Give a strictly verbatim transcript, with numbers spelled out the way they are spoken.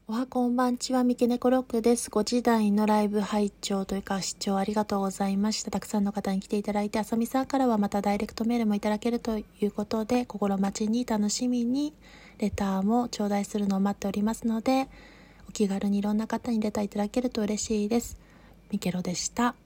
おはこんばんちは、みけねこロックです。ごじ台のライブ拝聴というか視聴ありがとうございました。たくさんの方に来ていただいて、あさみさんからはまたダイレクトメールもいただけるということで、心待ちに楽しみにレターも頂戴するのを待っておりますので、お気軽にいろんな方にレターいただけると嬉しいです。みけろでした。